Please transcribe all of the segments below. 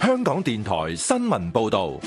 香港電台新聞報道。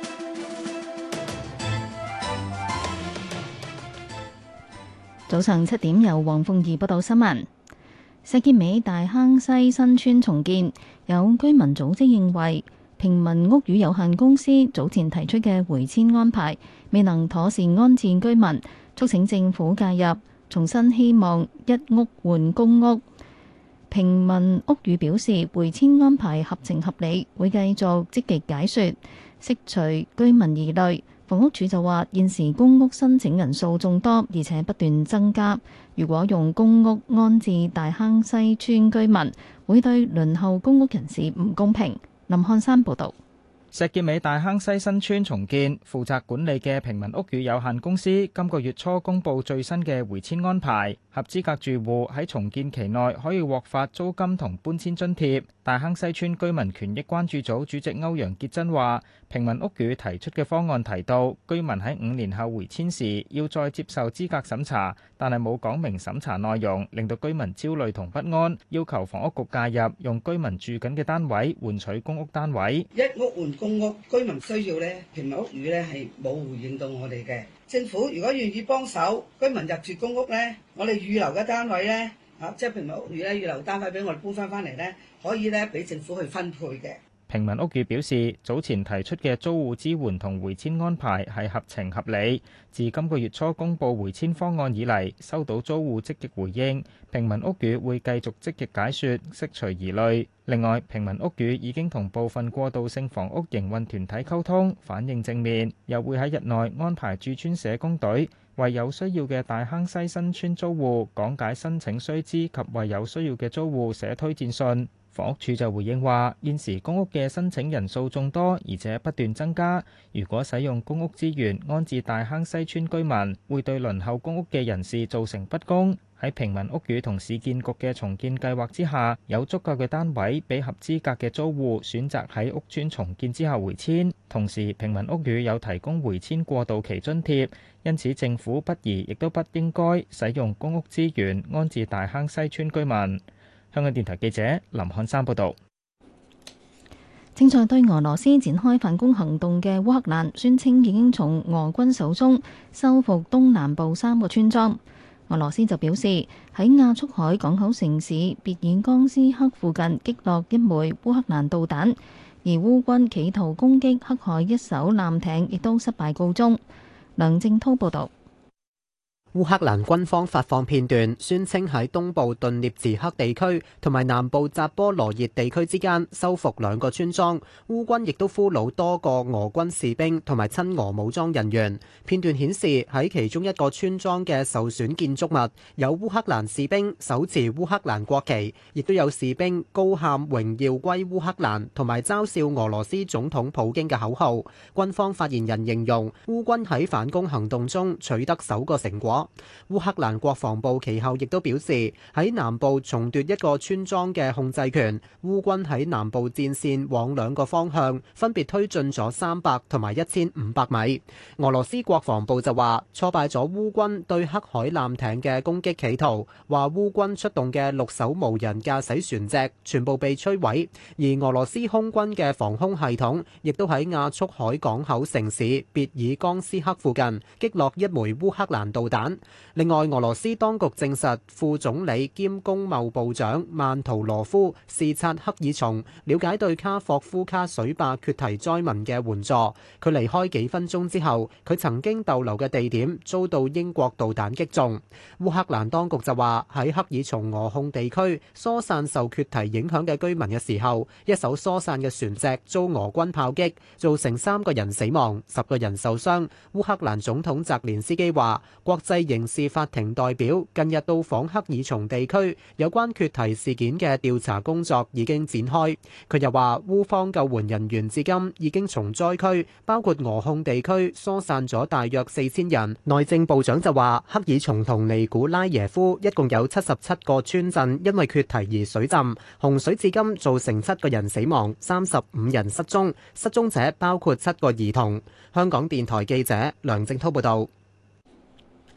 早上7點，由黃鳳儀報道新聞。石硤尾大坑西新村重建，有居民組織認為平民屋宇有限公司早前提出嘅回遷安排未能妥善安置居民，促請政府介入，重新希望一屋換公屋。平民屋宇表示回遷安排合情合理，會繼續積極解說，釋除居民疑慮。房屋署就話，現時公屋申請人數眾多，而且不斷增加。如果用公屋安置大坑西村居民，會對輪候公屋人士唔公平。林漢山報導。 石硤尾大坑西新村重建，負責管理嘅平民屋宇有限公司今個月初公布最新嘅回遷安排，合資格住戶喺重建期內可以獲發租金同搬遷津貼。大坑西村居民權益關注組主席歐陽潔珍話，平民屋宇提出嘅方案提到，居民喺5年後回遷時要再接受資格審查，但係冇講明審查內容，令到居民焦慮同不安，要求房屋局介入，用居民住緊嘅單位換取公屋單位。 一屋換公屋，居民需要咧，平民屋宇咧係冇回應到我哋嘅。政府如果願意幫手，居民入住公屋咧，我哋預留嘅單位咧，即係平民屋宇咧預留單位俾我哋搬翻嚟咧，可以咧俾政府去分配嘅。 平民屋宇表示，早前提出嘅租戶支援同回遷安排係合情合理。自今個月初公布回遷方案以嚟，收到租戶積極回應，平民屋宇會繼續積極解說，釋除疑慮。另外，平民屋宇已經同部分過渡性房屋營運團體溝通，反應正面，又會喺日內安排駐村社工隊，為有需要嘅大坑西新村租戶講解申請須知及為有需要嘅租戶寫推薦信。房屋署就回應話，現時公屋嘅申請人數眾多，而且不斷增加。如果使用公屋資源安置大坑西村居民，會對輪候公屋嘅人士造成不公。喺平民屋宇同市建局嘅重建計劃之下，有足夠嘅單位俾合資格嘅租戶選擇喺屋邨重建之後回遷。同時，平民屋宇有提供回遷過渡期津貼，因此政府不宜亦都不應該使用公屋資源安置大坑西村居民。香港電台記者林漢山報導。 正在對俄羅斯展開反攻行動嘅烏克蘭宣稱已經從俄軍手中收復東南部3個村莊。俄羅斯就表示喺亞速海港口城市別爾江斯克附近擊落1枚烏克蘭導彈，而烏軍企圖攻擊黑海一艘艦艇亦都失敗告終。梁正滔報導。 烏克蘭軍方發放片段，宣稱喺東部頓涅茨克地區同埋南部扎波羅熱地區之間收復2個村莊。烏軍亦都俘虜多個俄軍士兵同埋親俄武裝人員。片段顯示喺其中一個村莊嘅受損建築物，有烏克蘭士兵手持烏克蘭國旗，亦都有士兵高喊榮耀歸烏克蘭同埋嘲笑俄羅斯總統普京嘅口號。軍方發言人形容烏軍喺反攻行動中取得首個成果。烏克蘭國防部其後亦都表示，喺南部重奪一個村莊嘅控制權。烏軍喺南部戰線往2個方向分別推進咗300同埋1500米。俄羅斯國防部就話挫敗咗烏軍對黑海艦艇嘅攻擊企圖，話烏軍出動嘅6艘無人駕駛船隻全部被摧毀，而俄羅斯空軍嘅防空系統亦都喺亞速海港口城市別爾江斯克附近擊落1枚烏克蘭導彈。另外，俄羅斯當局證實，副總理兼工貿部長曼圖羅夫視察克爾松，了解對卡霍夫卡水壩決堤災民嘅援助。佢離開幾分鐘之後，佢曾經逗留嘅地點遭到英國導彈擊中。烏克蘭當局就話喺克爾松俄控地區疏散受決堤影響嘅居民嘅時候，一艘疏散嘅船隻遭俄軍炮擊，造成3個人死亡，10個人受傷。烏克蘭總統澤連斯基話，國際刑事法庭代表近日到訪克爾松地區，有關決堤事件嘅調查工作已經展開。佢又話，烏方救援人員至今已經從災區，包括俄控地區疏散咗大約4000人。內政部長就話，克爾松同尼古拉耶夫一共有77個村鎮因為決堤而水浸，洪水至今造成7個人死亡，35人失蹤，失蹤者包括7個兒童。香港電台記者梁正滔報導。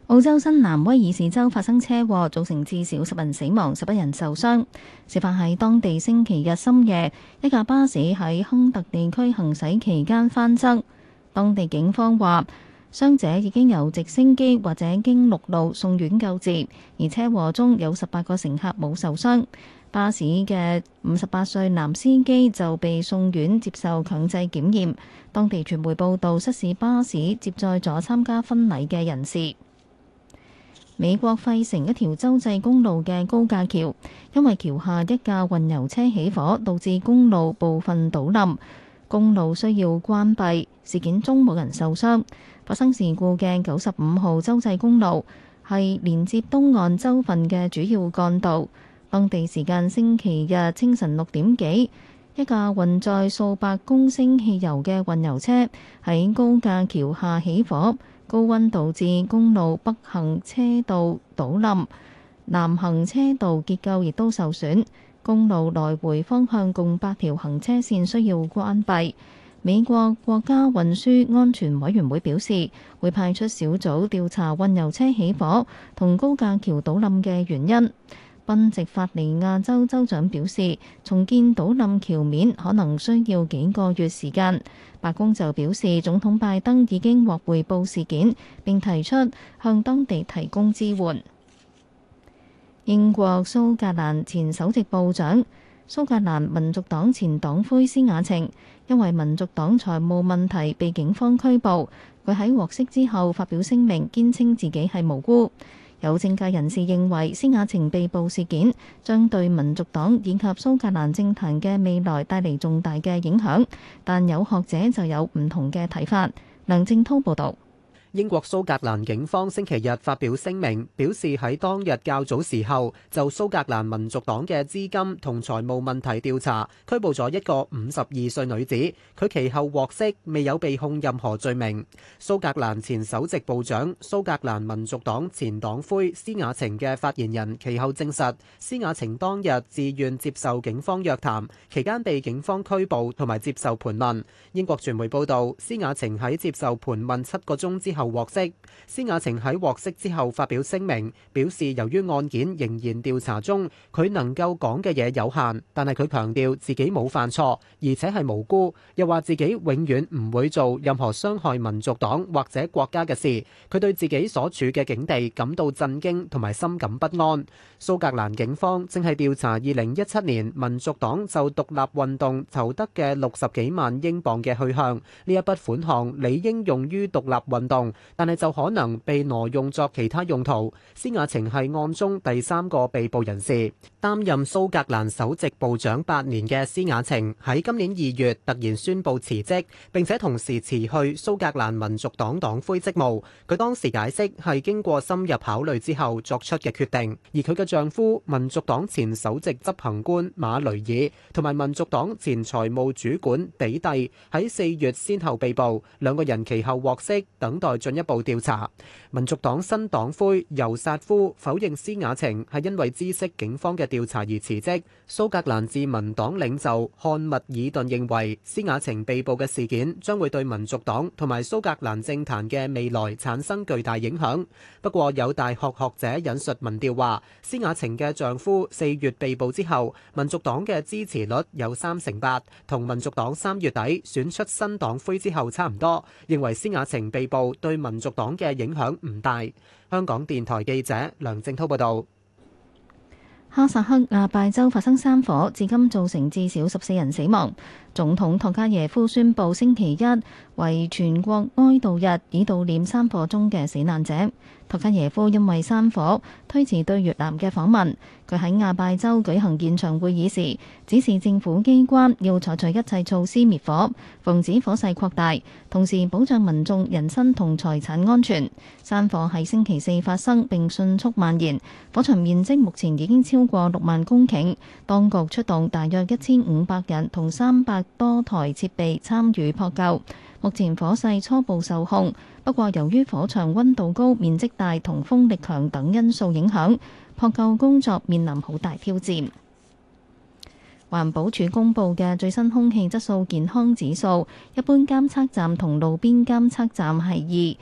澳洲新南威爾士州發生車禍，造成至少10人死亡，11人受傷。事發喺當地星期日深夜，一架巴士喺亨特地區行駛期間翻側。當地警方話，傷者已經由直升機或者經陸路送院救治，而車禍中有18個乘客冇受傷。巴士嘅58歲男司機就被送院接受強制檢驗。當地傳媒報道，失事巴士接載咗參加婚禮嘅人士。美國費城一條州際公路嘅高架橋，因為橋下一架運油車起火，導致公路部分倒冧，公路需要關閉。事件中冇人受傷。發生事故嘅95號州際公路係連接東岸州份嘅主要幹道。當地時間星期日清晨6點幾，一架運載數百公升汽油嘅運油車喺高架橋下起火。高溫導致公路北行車道倒冧，南行車道結構亦都受損，公路來回方向共8條行車線需要關閉。美國國家運輸安全委員會表示，會派出小組調查運油車起火同高架橋倒冧嘅原因。賓夕法尼亞州州長表示，重建倒冧橋面可能需要幾個月時間。白宮就表示，總統拜登已經獲匯報事件，並提出向當地提供支援。英國蘇格蘭前首席部長、蘇格蘭民族黨前黨魁施雅晴，因為民族黨財務問題被警方拘捕。佢喺獲釋之後發表聲明，堅稱自己係無辜。有政界人士認為，施雅晴被捕事件將對民族黨以及蘇格蘭政壇嘅未來帶嚟重大嘅影響，但有學者就有唔同嘅睇法。梁正滔報導。 英國蘇格蘭警方星期日發表聲明，表示喺當日較早時候就蘇格蘭民族黨嘅資金同財務問題調查，拘捕咗一個52歲女子。佢其後獲釋，未有被控任何罪名。蘇格蘭前首席部長、蘇格蘭民族黨前黨魁施雅晴嘅發言人其後證實，施雅晴當日自願接受警方約談，期間被警方拘捕同埋接受盤問。英國傳媒報道，施雅晴喺接受盤問7個鐘之後獲釋。施雅晴喺獲釋之後發表聲明，表示由於案件仍然調查中，佢能夠講嘅嘢有限，但係佢強調自己冇犯錯，而且係無辜，又話自己永遠唔會做任何傷害民族黨或者國家嘅事。佢對自己所處嘅境地感到震驚同埋深感不安。蘇格蘭警方正係調查2017年民族黨就獨立運動籌得嘅60幾萬英鎊嘅去向，呢一筆款項理應用於獨立運動，但係就可能被挪用作其他用途。施雅晴係案中第3個被捕人士。擔任蘇格蘭首席部長8年嘅施雅晴喺今年2月突然宣布辭職，並且同時辭去蘇格蘭民族黨黨魁職務。佢當時解釋係經過深入考慮之後作出嘅決定。而佢嘅丈夫民族黨前首席執行官馬雷爾同埋民族黨前財務主管比蒂喺4月先後被捕，兩個人其後獲釋，等待進一步調查。民族黨新黨魁尤薩夫否認施雅晴係因為知悉警方嘅調查而辭職。蘇格蘭自民黨領袖漢密爾頓認為施雅晴被捕嘅事件將會對民族黨同埋蘇格蘭政壇嘅未來產生巨大影響。不過有大學學者引述民調話，施雅晴嘅丈夫4月被捕之後，民族黨嘅支持率有38%，同民族黨3月底選出新黨魁之後差唔多。認為施雅晴被捕對民族黨嘅影響唔大。香港電台記者梁正滔報導。 哈薩克阿拜州發生山火，至今造成至少14人死亡。總統托卡耶夫宣布星期一為全國哀悼日，以悼念山火中嘅死難者。托卡耶夫因為山火推遲對越南嘅訪問。佢喺阿拜州舉行現場會議時，指示政府機關要採取一切措施滅火，防止火勢擴大，同時保障民眾人身同財產安全。山火喺星期四發生並迅速蔓延，火場面積目前已經超過6萬公頃。當局出動大約1500人同300多台設備參與撲救。目前火勢初步受控，不過由於火場溫度高、面積大同風力強等因素影響，撲救工作面臨好大挑戰。環保署公布嘅最新空氣質素健康指數，一般監測站同路邊監測站係2，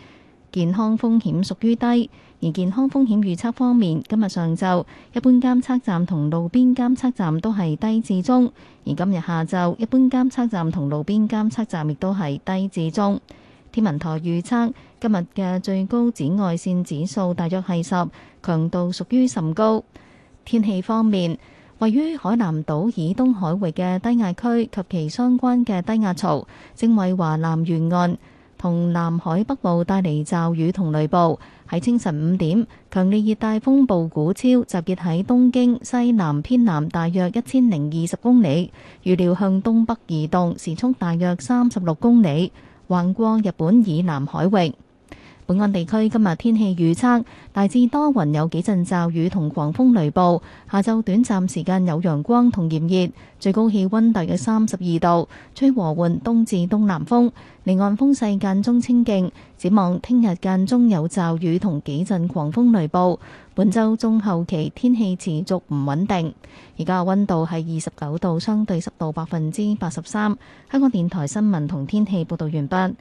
健康風險屬於低。而健康風險預測方面，今日上晝一般監測站同路邊監測站都係低至中，而今日下晝一般監測站同路邊監測站亦都係低至中。天文台預測今日嘅最高紫外線指數大約係10，強度屬於甚高。天氣方面，位於海南島以東海域嘅低壓區及其相關嘅低壓槽，正為華南沿岸同南海北部帶嚟驟雨同雷暴。喺清晨5點，強烈熱帶風暴古超集結喺東京西南偏南大約1020公里，預料向東北移動，時速大約36公里，橫過日本以南海域。本港地區今日天氣預測，大致多雲，有幾陣驟雨同狂風雷暴。下晝短暫時間有陽光同炎熱，最高氣溫大約32度，吹和緩東至東南風，離岸風勢間中清勁。展望聽日間中有驟雨同幾陣狂風雷暴。本週中後期天氣持續唔穩定。而家嘅溫度係29度，相對濕度83%。香港電台新聞同天氣報導完畢。